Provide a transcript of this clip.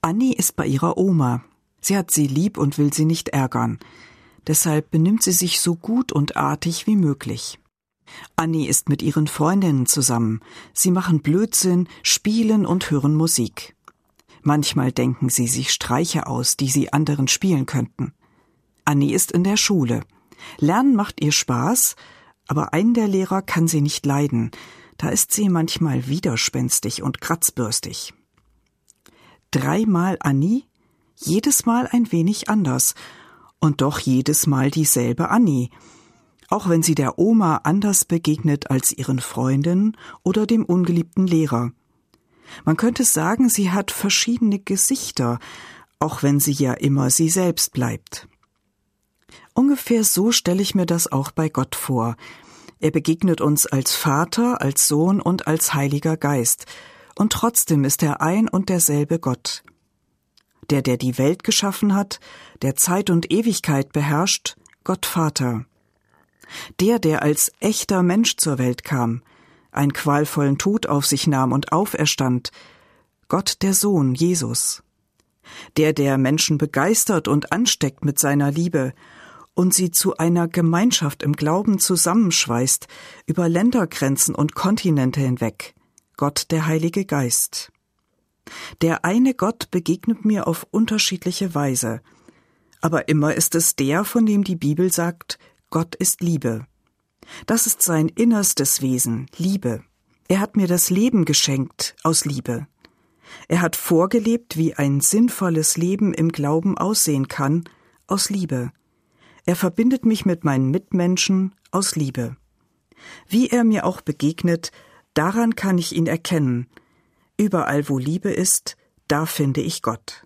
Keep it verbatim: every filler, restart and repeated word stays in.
Annie ist bei ihrer Oma. Sie hat sie lieb und will sie nicht ärgern. Deshalb benimmt sie sich so gut und artig wie möglich. Annie ist mit ihren Freundinnen zusammen. Sie machen Blödsinn, spielen und hören Musik. Manchmal denken sie sich Streiche aus, die sie anderen spielen könnten. Annie ist in der Schule. Lernen macht ihr Spaß, aber einen der Lehrer kann sie nicht leiden. Da ist sie manchmal widerspenstig und kratzbürstig. Dreimal Annie, jedes Mal ein wenig anders und doch jedes Mal dieselbe Annie, auch wenn sie der Oma anders begegnet als ihren Freundinnen oder dem ungeliebten Lehrer. Man könnte sagen, sie hat verschiedene Gesichter, auch wenn sie ja immer sie selbst bleibt. Ungefähr so stelle ich mir das auch bei Gott vor. Er begegnet uns als Vater, als Sohn und als Heiliger Geist. Und trotzdem ist er ein und derselbe Gott. Der, der die Welt geschaffen hat, der Zeit und Ewigkeit beherrscht, Gott Vater. Der, der als echter Mensch zur Welt kam, einen qualvollen Tod auf sich nahm und auferstand, Gott der Sohn, Jesus. Der, der Menschen begeistert und ansteckt mit seiner Liebe und sie zu einer Gemeinschaft im Glauben zusammenschweißt, über Ländergrenzen und Kontinente hinweg, Gott der Heilige Geist. Der eine Gott begegnet mir auf unterschiedliche Weise, aber immer ist es der, von dem die Bibel sagt, Gott ist Liebe. Das ist sein innerstes Wesen, Liebe. Er hat mir das Leben geschenkt aus Liebe. Er hat vorgelebt, wie ein sinnvolles Leben im Glauben aussehen kann, aus Liebe. Er verbindet mich mit meinen Mitmenschen aus Liebe. Wie er mir auch begegnet, daran kann ich ihn erkennen. Überall, wo Liebe ist, da finde ich Gott.